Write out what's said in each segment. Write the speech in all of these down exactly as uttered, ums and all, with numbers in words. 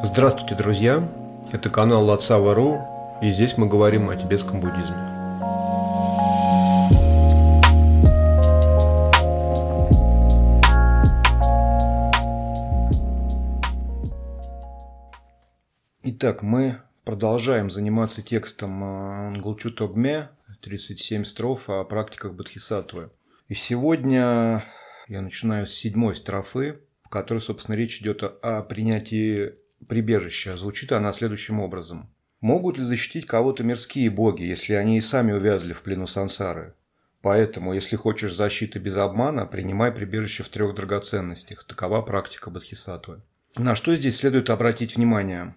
Здравствуйте, друзья! Это канал Латсава.ру, и здесь мы говорим о тибетском буддизме. Итак, мы продолжаем заниматься текстом Нгулчу Тогме, тридцать семь строф о практиках Бодхисаттвы. И сегодня я начинаю с седьмой строфы, в которой, собственно, речь идет о принятии прибежища. Звучит она следующим образом. Могут ли защитить кого-то мирские боги, если они и сами увязли в плену сансары? Поэтому, если хочешь защиты без обмана, принимай прибежище в трех драгоценностях. Такова практика Бодхисаттвы. На что здесь следует обратить внимание?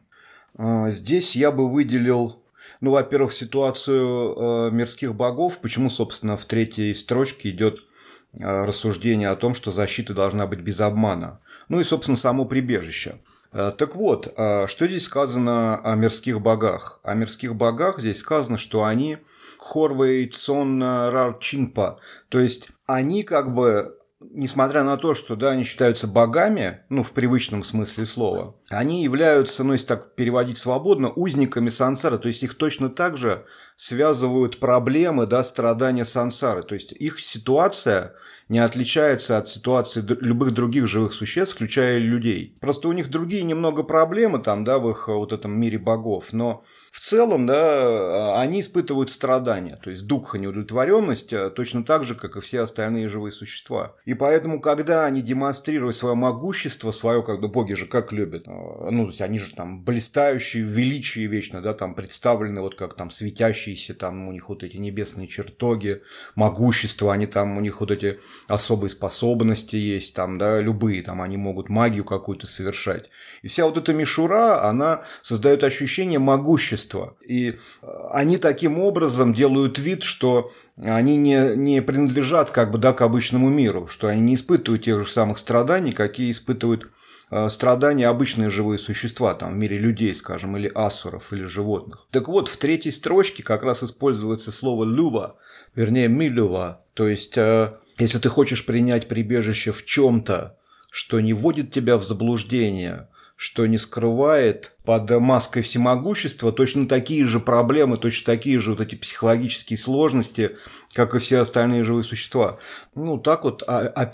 Здесь я бы выделил, ну, во-первых, ситуацию мирских богов. Почему, собственно, в третьей строчке идет рассуждение о том, что защита должна быть без обмана. Ну и, собственно, само прибежище. Так вот, что здесь сказано о мирских богах? О мирских богах здесь сказано, что они хорвей цон рар чинпа. То есть, они как бы, несмотря на то, что да, они считаются богами, ну, в привычном смысле слова, они являются, ну, если так переводить свободно, узниками сансары. То есть, их точно так же связывают проблемы, да, страдания сансары. То есть, их ситуация не отличается от ситуации любых других живых существ, включая людей. Просто у них другие немного проблемы там, да, в их вот этом мире богов, но в целом, да, они испытывают страдания, то есть духа неудовлетворенность, точно так же, как и все остальные живые существа. И поэтому, когда они демонстрируют свое могущество, свое, как бы боги же как любят, ну, то есть они же там блистающие, в величии вечно, да, там представлены вот как там светящиеся, там у них вот эти небесные чертоги, могущество, они там, у них вот эти особые способности есть, там, да, любые, там, они могут магию какую-то совершать. И вся вот эта мишура, она создает ощущение могущества. И они таким образом делают вид, что они не, не принадлежат как бы, да, к обычному миру, что они не испытывают тех же самых страданий, какие испытывают э, страдания обычные живые существа, там, в мире людей, скажем, или асуров, или животных. Так вот, в третьей строчке как раз используется слово «люва», вернее, «милюва», то есть, э, если ты хочешь принять прибежище в чем-то, что не вводит тебя в заблуждение, что не скрывает под маской всемогущества точно такие же проблемы, точно такие же вот эти психологические сложности, как и все остальные живые существа. Ну, так вот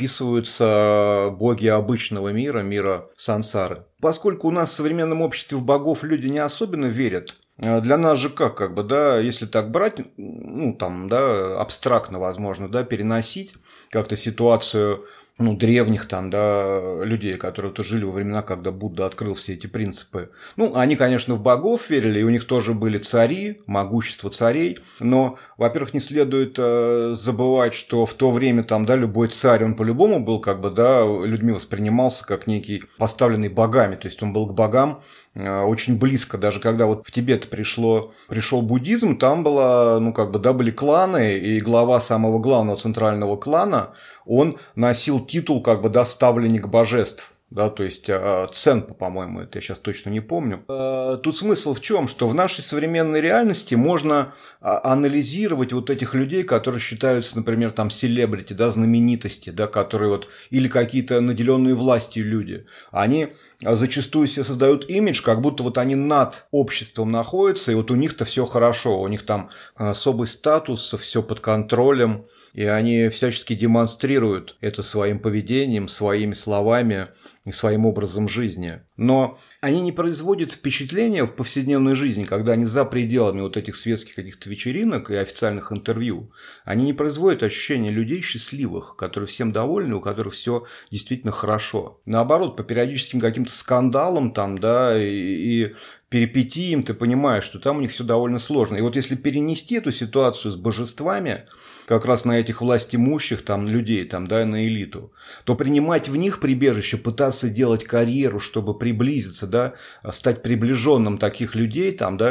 описываются боги обычного мира, мира сансары. Поскольку у нас в современном обществе в богов люди не особенно верят, для нас же как, как бы, да, если так брать, ну, там, да, абстрактно, возможно, да, переносить как-то ситуацию, ну, древних там, да, людей, которые то жили во времена, когда Будда открыл все эти принципы. Ну, они, конечно, в богов верили, и у них тоже были цари, могущество царей, но, во-первых, не следует э, забывать, что в то время там, да, любой царь, он по-любому был, как бы, да, людьми воспринимался как некий поставленный богами, то есть он был к богам э, очень близко. Даже когда вот в Тибет пришло, пришел буддизм, там было, ну, как бы, да, были кланы, и глава самого главного центрального клана, он носил титул, как бы, да, ставленник божеств. Да, то есть Ценпа, по-моему, это я сейчас точно не помню. Тут смысл в чем? Что в нашей современной реальности можно анализировать вот этих людей, которые считаются, например, там селебрити, да, знаменитости, да, которые вот, или какие-то наделенные властью люди. Они зачастую себе создают имидж, как будто вот они над обществом находятся, и вот у них-то все хорошо, у них там особый статус, все под контролем, и они всячески демонстрируют это своим поведением, своими словами и своим образом жизни. Но они не производят впечатления в повседневной жизни, когда они за пределами вот этих светских каких-то вечеринок и официальных интервью. Они не производят ощущения людей счастливых, которые всем довольны, у которых все действительно хорошо. Наоборот, по периодическим каким-то скандалам там, да, и, и перипетиям ты понимаешь, что там у них все довольно сложно. И вот если перенести эту ситуацию с божествами как раз на этих властимущих там людей, там, да, на элиту, то принимать в них прибежище, пытаться делать карьеру, чтобы приблизиться, да, стать приближенным таких людей, там, да,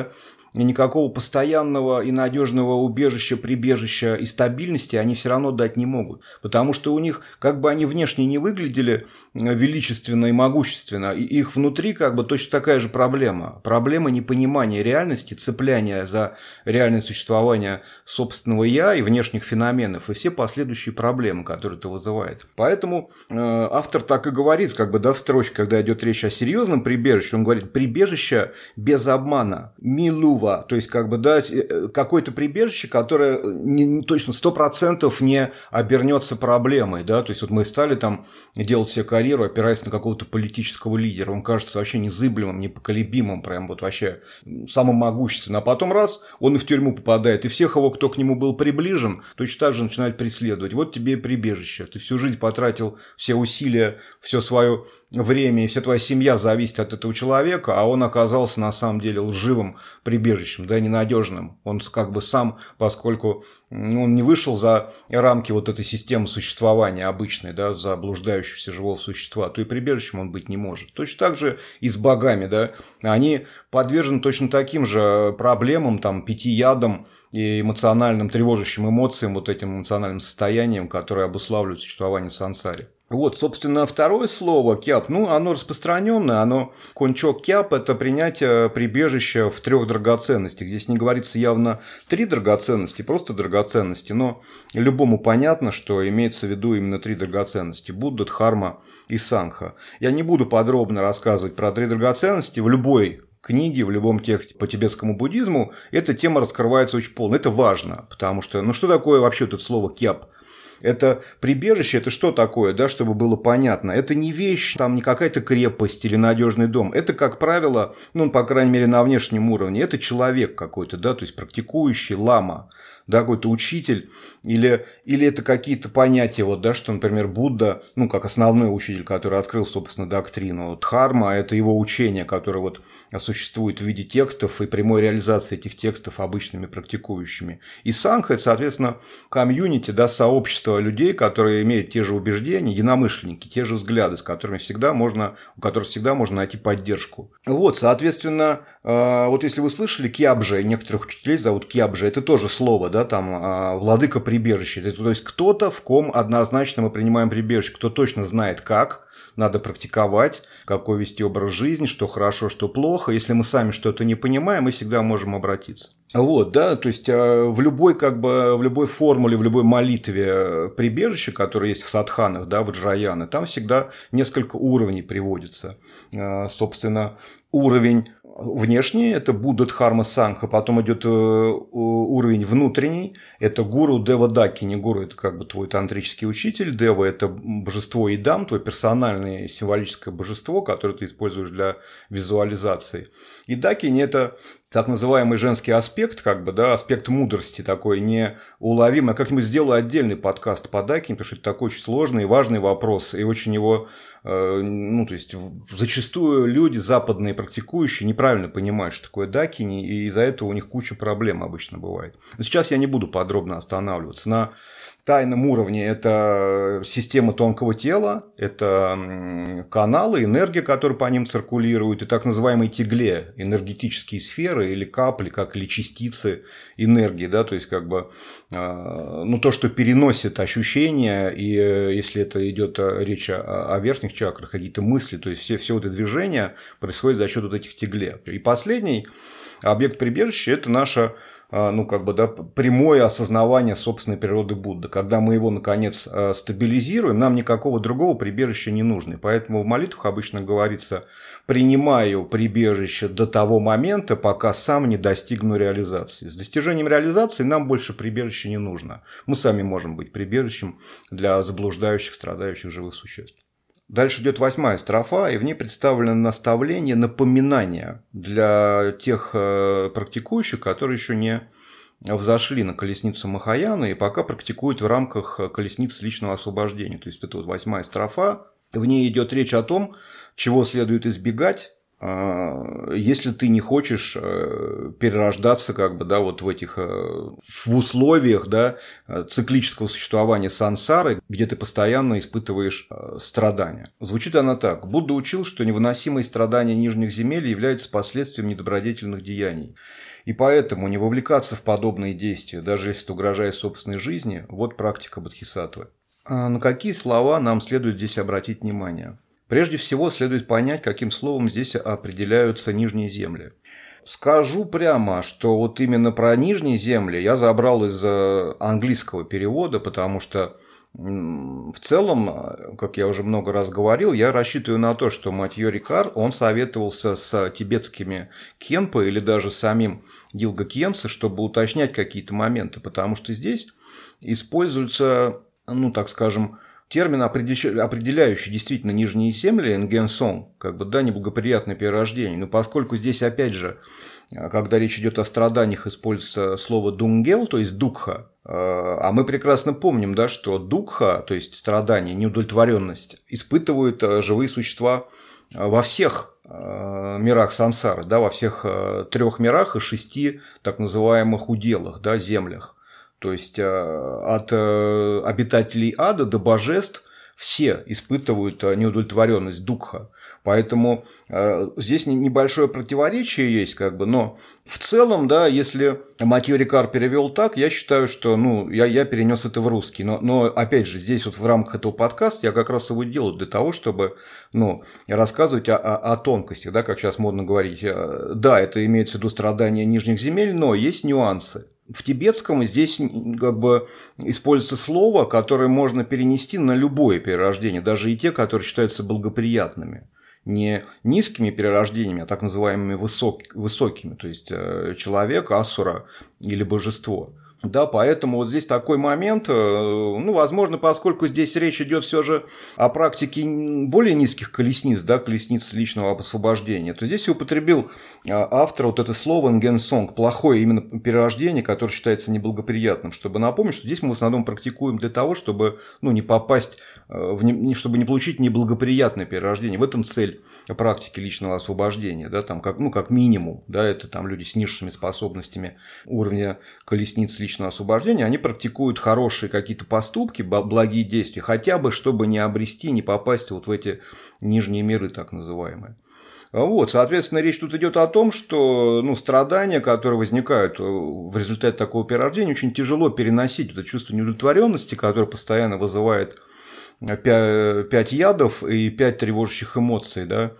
никакого постоянного и надежного убежища, прибежища и стабильности они все равно дать не могут. Потому что у них, как бы они внешне не выглядели величественно и могущественно, и их внутри как бы точно такая же проблема. Проблема непонимания реальности, цепляния за реальное существование собственного «я» и внешних феноменов, и все последующие проблемы, которые это вызывает. Поэтому э, автор так и говорит, как бы, да, в строчке, когда идет речь о серьезном прибежище, он говорит: прибежище без обмана, милува, то есть, как бы, да, какое-то прибежище, которое не, точно сто процентов не обернется проблемой, да, то есть, вот мы стали там делать себе карьеру, опираясь на какого-то политического лидера, он кажется вообще незыблемым, непоколебимым, прям вот вообще самым могущественным, а потом раз, он и в тюрьму попадает, и всех его, кто к нему был приближен, точно так же начинает преследовать. Вот тебе и прибежище, ты всю жизнь потратил все усилия, все свое время, и вся твоя семья зависит от этого человека, а он оказался на самом деле лживым прибежищем, да, ненадежным. Он как бы сам, поскольку он не вышел за рамки вот этой системы существования обычной, да, за блуждающегося живого существа, то и прибежищем он быть не может. Точно так же и с богами, да, они подвержены точно таким же проблемам, там, пяти ядам и эмоциональным, тревожащим эмоциям, вот этим эмоциональным состояниям, которые обуславливают существование сансари. Вот, собственно, второе слово «кяп», ну, оно распространенное, оно кончок «кяп» – это принятие прибежища в трех драгоценностях. Здесь не говорится явно три драгоценности, просто драгоценности, но любому понятно, что имеется в виду именно три драгоценности – Будда, Дхарма и Сангха. Я не буду подробно рассказывать про три драгоценности, в любой книге, в любом тексте по тибетскому буддизму эта тема раскрывается очень полно. Это важно, потому что, ну, что такое вообще это слово «кяп»? Это прибежище, это что такое, да, чтобы было понятно? Это не вещь, там не какая-то крепость или надежный дом. Это, как правило, ну, по крайней мере, на внешнем уровне, это человек какой-то, да, то есть практикующий лама, да, какой-то учитель, или, или это какие-то понятия, вот, да, что, например, Будда, ну, как основной учитель, который открыл, собственно, доктрину, Дхарма, это его учение, которое вот существует в виде текстов и прямой реализации этих текстов обычными практикующими. И Сангха, это, соответственно, комьюнити, да, сообщество людей, которые имеют те же убеждения, единомышленники, те же взгляды, с которыми всегда можно, у которых всегда можно найти поддержку. Вот, соответственно, вот если вы слышали Кьябджа, некоторых учителей зовут Кьябджа, это тоже слово, да, там, владыка прибежища, это, то есть кто-то, в ком однозначно мы принимаем прибежище, кто точно знает как, надо практиковать, какой вести образ жизни, что хорошо, что плохо. Если мы сами что-то не понимаем, мы всегда можем обратиться. Вот, да, то есть в любой, как бы, в любой формуле, в любой молитве прибежища, которая есть в садханах, да, ваджраяны, там всегда несколько уровней приводится. Собственно, уровень внешний – это Будда, Дхарма, Сангха, потом идет уровень внутренний – это гуру, дева, дакини. Гуру – это как бы твой тантрический учитель, дева – это божество идам, твое персональное символическое божество, которое ты используешь для визуализации. И дакини – это так называемый женский аспект, как бы, да, аспект мудрости такой неуловимый. Я как-нибудь сделаю отдельный подкаст по дакини, потому что это такой очень сложный и важный вопрос, и очень его, э, ну, то есть, зачастую люди западные практикующие неправильно понимают, что такое дакини, и из-за этого у них куча проблем обычно бывает. Но сейчас я не буду подробно останавливаться. На тайном уровне это система тонкого тела, это каналы, энергия, которая по ним циркулирует, и так называемые тигле, энергетические сферы или капли, как или частицы энергии, да, то есть как бы, ну, то, что переносит ощущения, и если это идет речь о, о верхних чакрах, какие-то мысли, то есть все, все это движение происходит за счет вот этих тигле. И последний объект прибежища – это наша, ну, как бы, да, прямое осознавание собственной природы Будды. Когда мы его, наконец, стабилизируем, нам никакого другого прибежища не нужно. И поэтому в молитвах обычно говорится: принимаю прибежище до того момента, пока сам не достигну реализации. С достижением реализации нам больше прибежища не нужно. Мы сами можем быть прибежищем для заблуждающих, страдающих живых существ. Дальше идет восьмая строфа, и в ней представлено наставление, напоминание для тех практикующих, которые еще не взошли на колесницу Махаяны и пока практикуют в рамках колесницы личного освобождения. То есть это вот восьмая строфа, в ней идет речь о том, чего следует избегать если ты не хочешь перерождаться как бы, да, вот в этих в условиях, да, циклического существования сансары, где ты постоянно испытываешь страдания. Звучит она так. Будда учил, что невыносимые страдания нижних земель являются последствием недобродетельных деяний. И поэтому не вовлекаться в подобные действия, даже если это угрожает собственной жизни, вот практика бодхисаттвы. А на какие слова нам следует здесь обратить внимание? Прежде всего, следует понять, каким словом здесь определяются нижние земли. Скажу прямо, что вот именно про нижние земли я забрал из английского перевода, потому что в целом, как я уже много раз говорил, я рассчитываю на то, что Матьё Рикар, он советовался с тибетскими кенпо или даже самим Дилго Кьенце, чтобы уточнять какие-то моменты, потому что здесь используются, ну так скажем, термин, определяющий действительно нижние земли, нгенсон, как бы, да, неблагоприятное перерождение. Но поскольку здесь, опять же, когда речь идет о страданиях, используется слово дунгел, то есть дукха, а мы прекрасно помним, да, что дукха, то есть страдание, неудовлетворенность, испытывают живые существа во всех мирах сансары, да, во всех трех мирах и шести так называемых уделах, да, землях. То есть от обитателей ада до божеств все испытывают неудовлетворенность дукха. Поэтому здесь небольшое противоречие есть, как бы, но в целом, да, если Матьё Рикар перевел так, я считаю, что, ну, я, я перенес это в русский. Но, но, опять же, здесь вот в рамках этого подкаста я как раз его делаю для того, чтобы, ну, рассказывать о, о, о тонкостях, да, как сейчас модно говорить. Да, это имеется в виду страдания нижних земель, но есть нюансы. В тибетском здесь как бы используется слово, которое можно перенести на любое перерождение, даже и те, которые считаются благоприятными. Не низкими перерождениями, а так называемыми высок, высокими, то есть человек, асура или божество. Да, поэтому вот здесь такой момент, ну, возможно, поскольку здесь речь идет все же о практике более низких колесниц, да, колесниц личного освобождения, то здесь употребил автор вот это слово нгенсонг, плохое именно перерождение, которое считается неблагоприятным, чтобы напомнить, что здесь мы в основном практикуем для того, чтобы, ну, не попасть, в не, чтобы не получить неблагоприятное перерождение. В этом цель практики личного освобождения, да, там, как, ну, как минимум, да, это там люди с низшими способностями уровня колесниц личного освобождения, они практикуют хорошие какие-то поступки, благие действия, хотя бы, чтобы не обрести, не попасть вот в эти нижние миры, так называемые. Вот, соответственно, речь тут идет о том, что, ну, страдания, которые возникают в результате такого перерождения, очень тяжело переносить. Это чувство неудовлетворенности, которое постоянно вызывает пять ядов и пять тревожащих эмоций, да,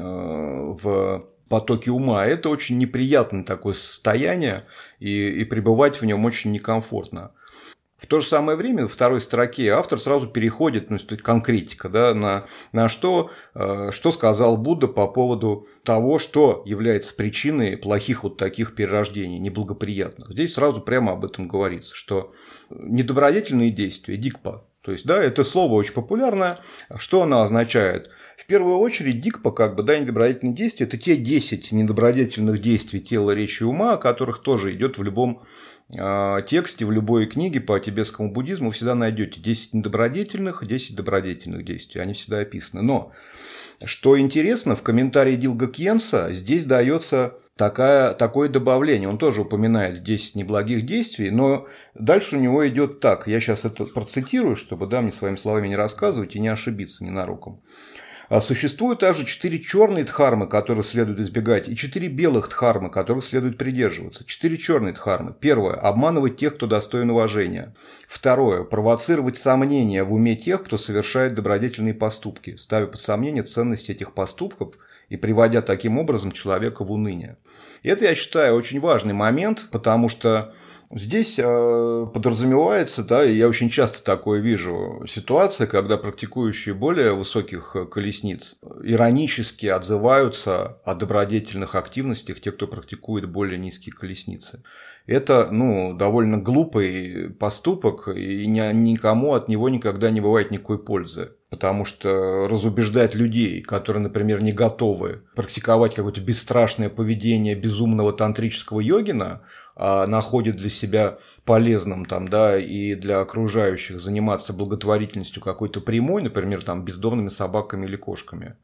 в потоке ума. Это очень неприятное такое состояние, и, и пребывать в нем очень некомфортно. В то же самое время, во второй строке автор сразу переходит, ну, то есть конкретика, да, на, на что, что сказал Будда по поводу того, что является причиной плохих вот таких перерождений, неблагоприятных. Здесь сразу прямо об этом говорится, что недобродетельные действия, дикпа, то есть, да, это слово очень популярное. Что оно означает? В первую очередь, дикпа, как бы, да, недобродетельные действия, это те десять недобродетельных действий тела, речи и ума, о которых тоже идет в любом э, тексте, в любой книге по тибетскому буддизму. Вы всегда найдете десять недобродетельных, десять добродетельных действий. Они всегда описаны. Но, что интересно, в комментарии Дилго Кьенца здесь дается такая, такое добавление. Он тоже упоминает десять неблагих действий, но дальше у него идет так. Я сейчас это процитирую, чтобы, да, мне своими словами не рассказывать и не ошибиться ненароком. Существуют также четыре черные дхармы, которые следует избегать, и четыре белых дхармы, которых следует придерживаться. Четыре черные дхармы. Первое. Обманывать тех, кто достоин уважения. Второе. Провоцировать сомнения в уме тех, кто совершает добродетельные поступки, ставя под сомнение ценность этих поступков и приводя таким образом человека в уныние. И это, я считаю, очень важный момент, потому что здесь подразумевается, да, и я очень часто такое вижу, ситуация, когда практикующие более высоких колесниц иронически отзываются о добродетельных активностях тех, кто практикует более низкие колесницы. Это, ну, довольно глупый поступок, и никому от него никогда не бывает никакой пользы. Потому что разубеждать людей, которые, например, не готовы практиковать какое-то бесстрашное поведение безумного тантрического йогина, а находят для себя полезным там, да, и для окружающих заниматься благотворительностью какой-то прямой, например, там, бездомными собаками или кошками.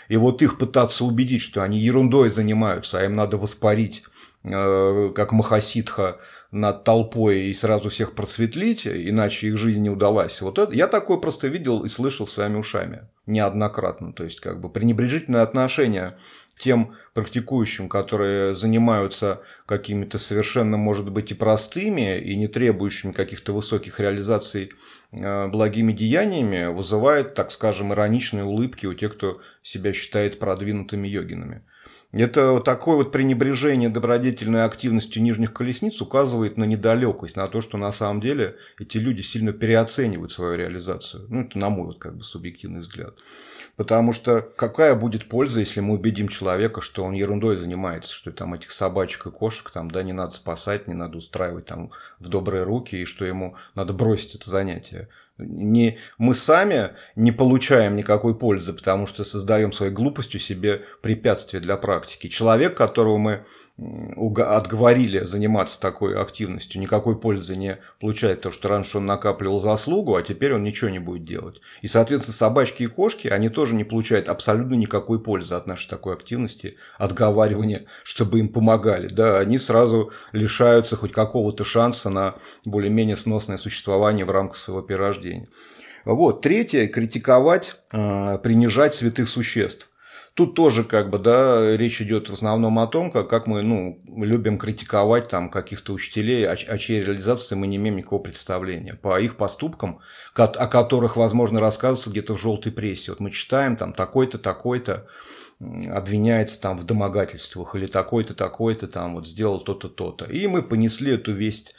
И вот их пытаться убедить, что они ерундой занимаются, а им надо воспарить, как Махасидха, над толпой и сразу всех просветлить, иначе их жизнь не удалась. Вот это, я такое просто видел и слышал своими ушами неоднократно. То есть, как бы пренебрежительное отношение к тем практикующим, которые занимаются какими-то совершенно, может быть, и простыми, и не требующими каких-то высоких реализаций благими деяниями, вызывает, так скажем, ироничные улыбки у тех, кто себя считает продвинутыми йогинами. Это такое вот пренебрежение добродетельной активностью нижних колесниц указывает на недалекость, на то, что на самом деле эти люди сильно переоценивают свою реализацию. Ну, это на мой вот как бы субъективный взгляд. Потому что какая будет польза, если мы убедим человека, что он ерундой занимается, что там этих собачек и кошек там, да, не надо спасать, не надо устраивать там в добрые руки, и что ему надо бросить это занятие. Не, мы сами не получаем никакой пользы, потому что создаем своей глупостью себе препятствия для практики. Человек, которого мы отговорили заниматься такой активностью, никакой пользы не получает, потому что раньше он накапливал заслугу, а теперь он ничего не будет делать. И, соответственно, собачки и кошки, они тоже не получают абсолютно никакой пользы от нашей такой активности, отговаривания, чтобы им помогали. Да, они сразу лишаются хоть какого-то шанса на более-менее сносное существование в рамках своего перерождения. Вот. Третье – критиковать, принижать святых существ. Тут тоже как бы, да, речь идет в основном о том, как, как мы, ну, любим критиковать там каких-то учителей, о, о чьей реализации мы не имеем никакого представления. По их поступкам, о которых, возможно, рассказывается где-то в желтой прессе. Вот мы читаем там такой-то, такой-то обвиняется там в домогательствах, или такой-то, такой-то там вот сделал то-то, то-то. И мы понесли эту весть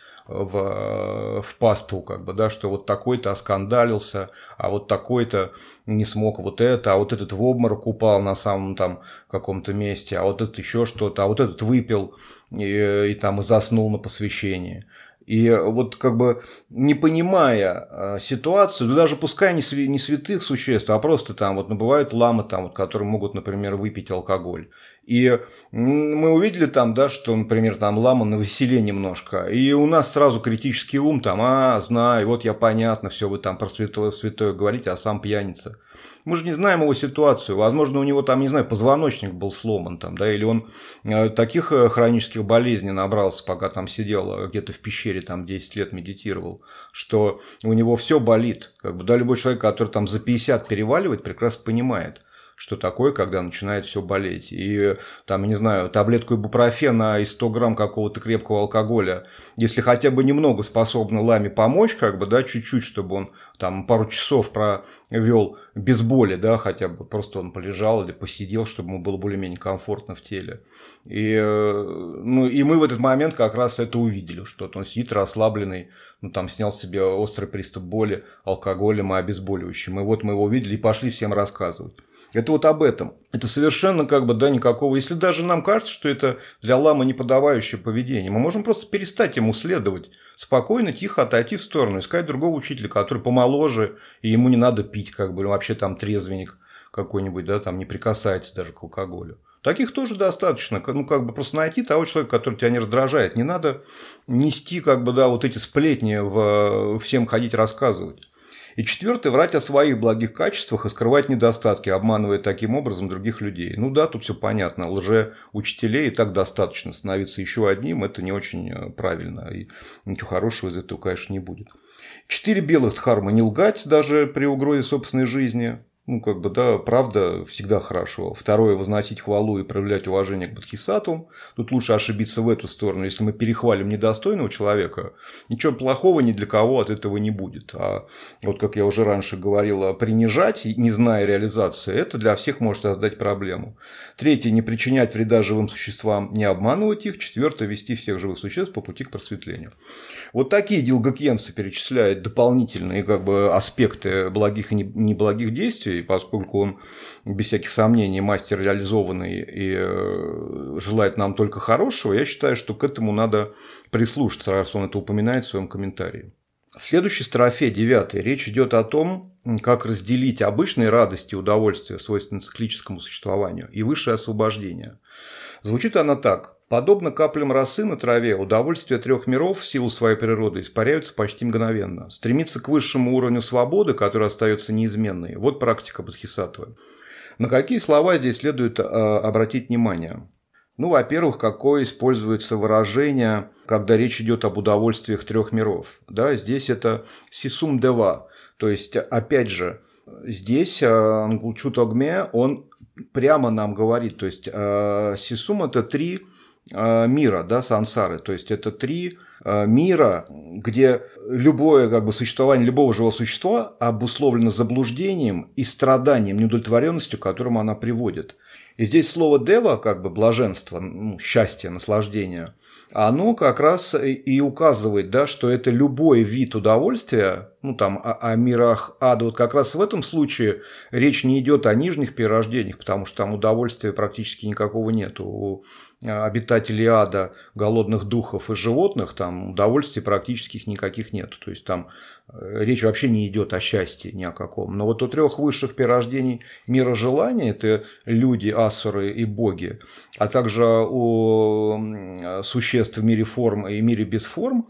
в, в паству, как бы, да, что вот такой-то оскандалился, а вот такой-то не смог вот это, а вот этот в обморок упал на самом там каком-то месте, а вот этот еще что-то, а вот этот выпил и, и там и заснул на посвящении. И вот как бы не понимая ситуацию, да даже пускай не святых существ, а просто там вот, ну, бывают ламы, там, вот, которые могут, например, выпить алкоголь. И мы увидели там, да, что, например, там лама навеселе немножко, и у нас сразу критический ум, там, а, знаю, вот я понятно, все, вы там про святое, святое говорите, а сам пьяница. Мы же не знаем его ситуацию, возможно, у него там, не знаю, позвоночник был сломан, там, да, или он таких хронических болезней набрался, пока там сидел где-то в пещере, там, десять лет медитировал, что у него все болит. Как бы, да, любой человек, который там за пятьдесят переваливает, прекрасно понимает, что такое, когда начинает все болеть. И там, я не знаю, таблетку ибупрофена и сто грамм какого-то крепкого алкоголя, если хотя бы немного способны ламе помочь, как бы, да, чуть-чуть, чтобы он там пару часов провел без боли, да, хотя бы просто он полежал или посидел, чтобы ему было более-менее комфортно в теле. И, ну, и мы в этот момент как раз это увидели, что он сидит расслабленный, ну, там снял себе острый приступ боли алкоголем и обезболивающим. И вот мы его увидели и пошли всем рассказывать. Это вот об этом. Это совершенно как бы, да, никакого... Если даже нам кажется, что это для ламы неподобающее поведение, мы можем просто перестать ему следовать. Спокойно, тихо отойти в сторону, искать другого учителя, который помоложе, и ему не надо пить, как бы, вообще там трезвенник какой-нибудь, да, там не прикасается даже к алкоголю. Таких тоже достаточно. Ну, как бы просто найти того человека, который тебя не раздражает. Не надо нести, как бы, да, вот эти сплетни, в... всем ходить рассказывать. И четвертое, врать о своих благих качествах и скрывать недостатки, обманывая таким образом других людей. Ну да, тут все понятно. Лже-учителей и так достаточно. Становиться еще одним – это не очень правильно. И ничего хорошего из этого, конечно, не будет. Четыре белых дхармы: не лгать даже при угрозе собственной жизни. Ну, как бы, да, правда всегда хорошо. Второе, возносить хвалу и проявлять уважение к бодхисаттвам. Тут лучше ошибиться в эту сторону. Если мы перехвалим недостойного человека, ничего плохого ни для кого от этого не будет. А вот, как я уже раньше говорил, принижать, не зная реализации, это для всех может создать проблему. Третье, не причинять вреда живым существам, не обманывать их. Четвертое, вести всех живых существ по пути к просветлению. Вот такие Дилгакьенце перечисляет дополнительные, как бы, аспекты благих и неблагих действий. И поскольку он, без всяких сомнений, мастер реализованный и желает нам только хорошего, я считаю, что к этому надо прислушаться, раз он это упоминает в своем комментарии. В следующей строфе, девятой, речь идет о том, как разделить обычные радости и удовольствия, свойственные циклическому существованию, и высшее освобождение. Звучит она так. Подобно каплям росы на траве, удовольствия трех миров в силу своей природы испаряются почти мгновенно. Стремиться к высшему уровню свободы, который остается неизменной, вот практика бодхисаттвы. На какие слова здесь следует обратить внимание? Ну, во-первых, какое используется выражение, когда речь идет об удовольствиях трех миров. Да, здесь это сисум дева. То есть, опять же, здесь Нгулчут Огме, он прямо нам говорит, то есть сисум это три мира, да, сансары, то есть это три мира, где любое как бы, существование любого живого существа обусловлено заблуждением и страданием, неудовлетворенностью, к которому она приводит. И здесь слово дева, как бы блаженство, ну, счастье, наслаждение, оно как раз и указывает, да, что это любой вид удовольствия, ну там о, о мирах ада, вот как раз в этом случае речь не идет о нижних перерождениях, потому что там удовольствия практически никакого нет. У обитателей ада, голодных духов и животных, там удовольствий практически никаких нет. То есть там речь вообще не идет о счастье ни о каком. Но вот у трех высших перерождений мира желания, это люди, асуры и боги, а также у существ в мире форм и мире без форм,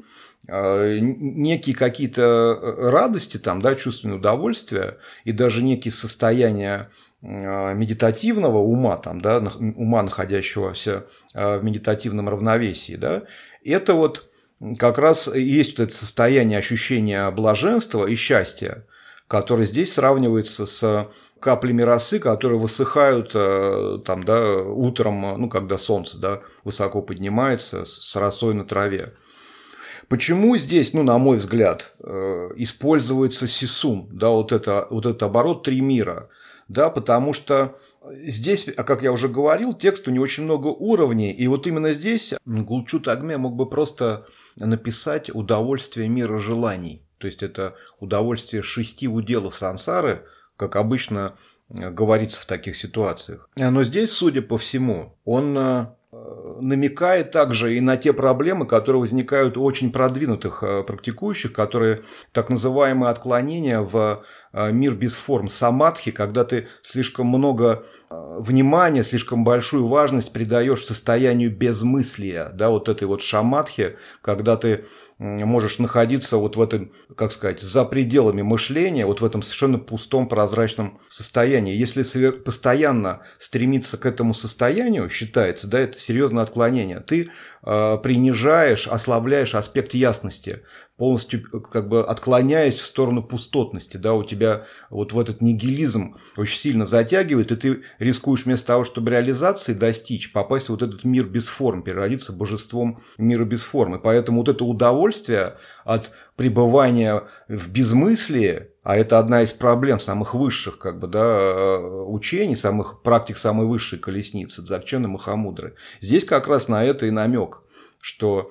некие какие-то радости, там, да, чувственные удовольствия и даже некие состояния медитативного ума, там, да, ума, находящегося в медитативном равновесии, да, это вот как раз и есть вот это состояние ощущения блаженства и счастья, которое здесь сравнивается с каплями росы, которые высыхают там, да, утром, ну, когда солнце, да, высоко поднимается, с росой на траве. Почему здесь, ну, на мой взгляд, используется сисум, да, вот, это, вот этот оборот три мира? Да, потому что здесь, как я уже говорил, текст у него очень много уровней. И вот именно здесь Нгулчут Огме мог бы просто написать удовольствие мира желаний. То есть это удовольствие шести уделов сансары, как обычно говорится в таких ситуациях. Но здесь, судя по всему, он намекает также и на те проблемы, которые возникают у очень продвинутых практикующих, которые так называемые отклонения в мир без форм самадхи, когда ты слишком много внимания, слишком большую важность придаешь состоянию безмыслия, да, вот этой вот шамадхи, когда ты можешь находиться вот в этом, как сказать, за пределами мышления, вот в этом совершенно пустом прозрачном состоянии. Если постоянно стремиться к этому состоянию, считается, да, это серьезное отклонение. Ты э, принижаешь, ослабляешь аспект ясности, полностью как бы отклоняясь в сторону пустотности, да, у тебя вот в этот нигилизм очень сильно затягивает, и ты рискуешь вместо того, чтобы реализации достичь, попасть в вот этот мир без форм, переродиться божеством мира без формы. Поэтому вот это удовольствие от пребывания в безмыслии, а это одна из проблем самых высших как бы, да, учений, самых практик самой высшей колесницы, Дзогчена Махамудры. Здесь как раз на это и намек, что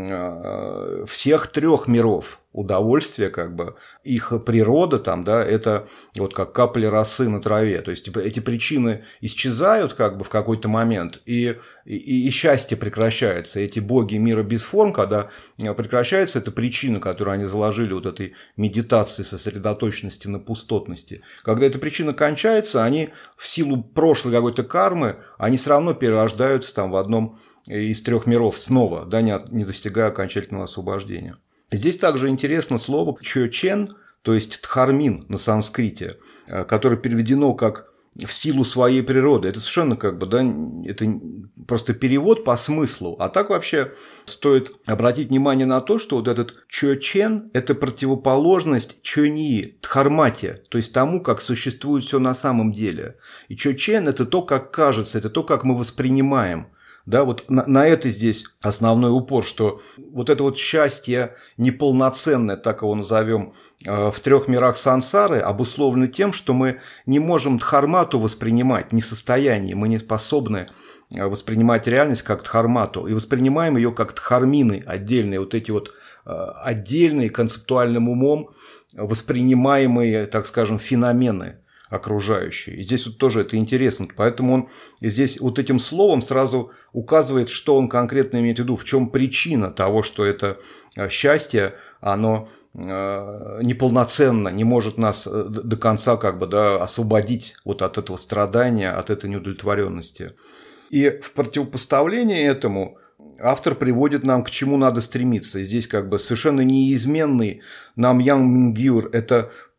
всех трех миров удовольствия, как бы, их природа там, да, это вот как капли росы на траве. То есть эти причины исчезают как бы в какой-то момент, и, и, и счастье прекращается. Эти боги мира без форм, когда прекращается эта причина, которую они заложили вот этой медитации, сосредоточенности на пустотности. Когда эта причина кончается, они в силу прошлой какой-то кармы, они все равно перерождаются там в одном из трех миров снова, да, не, не достигая окончательного освобождения. Здесь также интересно слово чочен, то есть дхармин на санскрите, которое переведено как в силу своей природы. Это совершенно как бы, да, это просто перевод по смыслу. А так вообще стоит обратить внимание на то, что вот этот чочен – это противоположность чоньи, дхармате, то есть тому, как существует все на самом деле. И чочен – это то, как кажется, это то, как мы воспринимаем. Да, вот на, на это здесь основной упор, что вот это вот счастье неполноценное, так его назовем, в трех мирах сансары обусловлено тем, что мы не можем дхармату воспринимать, не в состоянии, мы не способны воспринимать реальность как дхармату, и воспринимаем ее как дхармины отдельные, вот эти вот отдельные концептуальным умом воспринимаемые, так скажем, феномены окружающие. И здесь вот тоже это интересно. Поэтому он здесь вот этим словом сразу указывает, что он конкретно имеет в виду, в чем причина того, что это счастье, оно неполноценно, не может нас до конца как бы, да, освободить вот от этого страдания, от этой неудовлетворенности. И в противопоставлении этому автор приводит нам, к чему надо стремиться. Здесь как бы совершенно неизменный Намьян Мингюр – это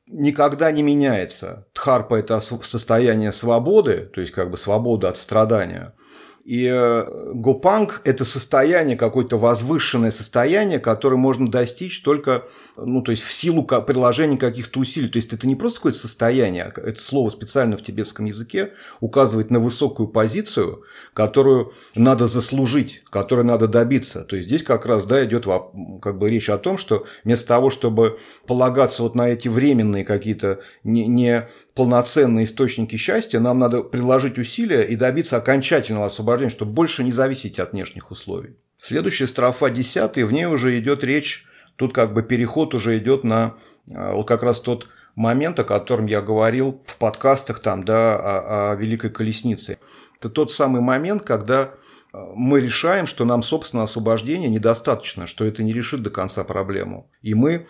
никогда не меняется. Дхарпа – это состояние свободы, то есть как бы свобода от страдания. И гопанг – это состояние, какое-то возвышенное состояние, которое можно достичь только, ну, то есть в силу приложения каких-то усилий. То есть это не просто какое-то состояние, это слово специально в тибетском языке указывает на высокую позицию, которую надо заслужить, которой надо добиться. То есть здесь как раз, да, идет как бы речь о том, что вместо того, чтобы полагаться вот на эти временные какие-то не, не полноценные источники счастья, нам надо приложить усилия и добиться окончательного освобождения, чтобы больше не зависеть от внешних условий. Следующая строфа десятая, в ней уже идет речь, тут как бы переход уже идет на вот как раз тот момент, о котором я говорил в подкастах там, да, о, о Великой Колеснице. Это тот самый момент, когда мы решаем, что нам собственного освобождения недостаточно, что это не решит до конца проблему. И мы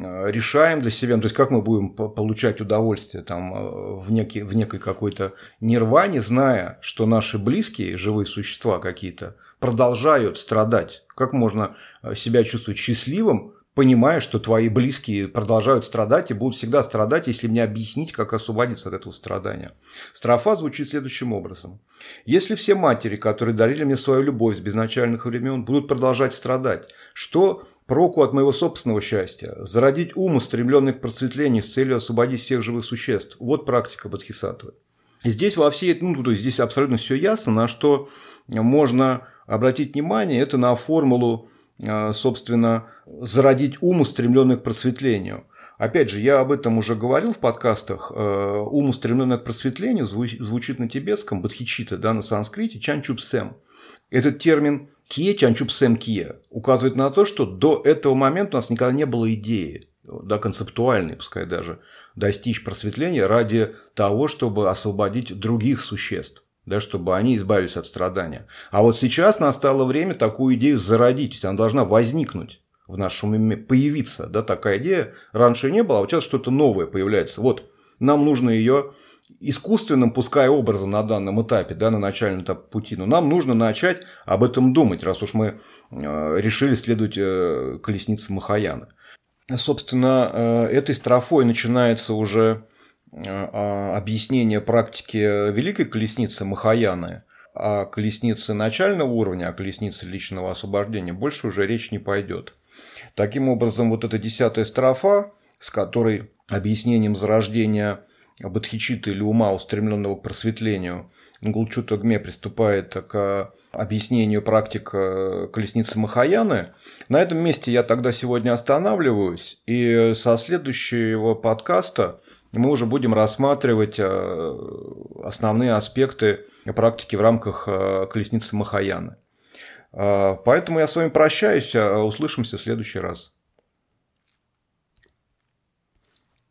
решаем для себя, то есть как мы будем получать удовольствие там, в, некий, в некой какой-то нирване, зная, что наши близкие, живые существа какие-то, продолжают страдать. Как можно себя чувствовать счастливым, понимая, что твои близкие продолжают страдать и будут всегда страдать, если мне объяснить, как освободиться от этого страдания. Строфа звучит следующим образом. Если все матери, которые дарили мне свою любовь с безначальных времен, будут продолжать страдать, что проку от моего собственного счастья? Зародить ум, устремленный к просветлению с целью освободить всех живых существ. Вот практика бодхисаттвы. И здесь во всей, ну, то есть здесь абсолютно все ясно, на что можно обратить внимание, это на формулу, собственно, зародить ум, устремленный к просветлению. Опять же, я об этом уже говорил в подкастах. Ум, устремленный к просветлению, звучит на тибетском, бодхичитта, да, на санскрите, чанчупсем. Этот термин кие, чанчупсем кие, указывает на то, что до этого момента у нас никогда не было идеи, да, концептуальной, пускай даже, достичь просветления ради того, чтобы освободить других существ. Да, чтобы они избавились от страдания. А вот сейчас настало время такую идею зародить, то есть она должна возникнуть в нашем уме, появиться. Да, такая идея раньше не была, а вот сейчас что-то новое появляется. Вот нам нужно ее искусственным, пускай образом на данном этапе, да, на начальном этапе пути, но нам нужно начать об этом думать, раз уж мы решили следовать колеснице Махаяны. Собственно, этой строфой начинается уже объяснение практики Великой Колесницы Махаяны, а колесницы начального уровня, о колеснице личного освобождения больше уже речь не пойдет. Таким образом, вот эта десятая строфа, с которой объяснением зарождения бодхичитты или ума, устремленного к просветлению, Нгулчута Гме приступает к объяснению практик колесницы Махаяны. На этом месте я тогда сегодня останавливаюсь, и со следующего подкаста мы уже будем рассматривать основные аспекты практики в рамках колесницы Махаяны. Поэтому я с вами прощаюсь, услышимся в следующий раз.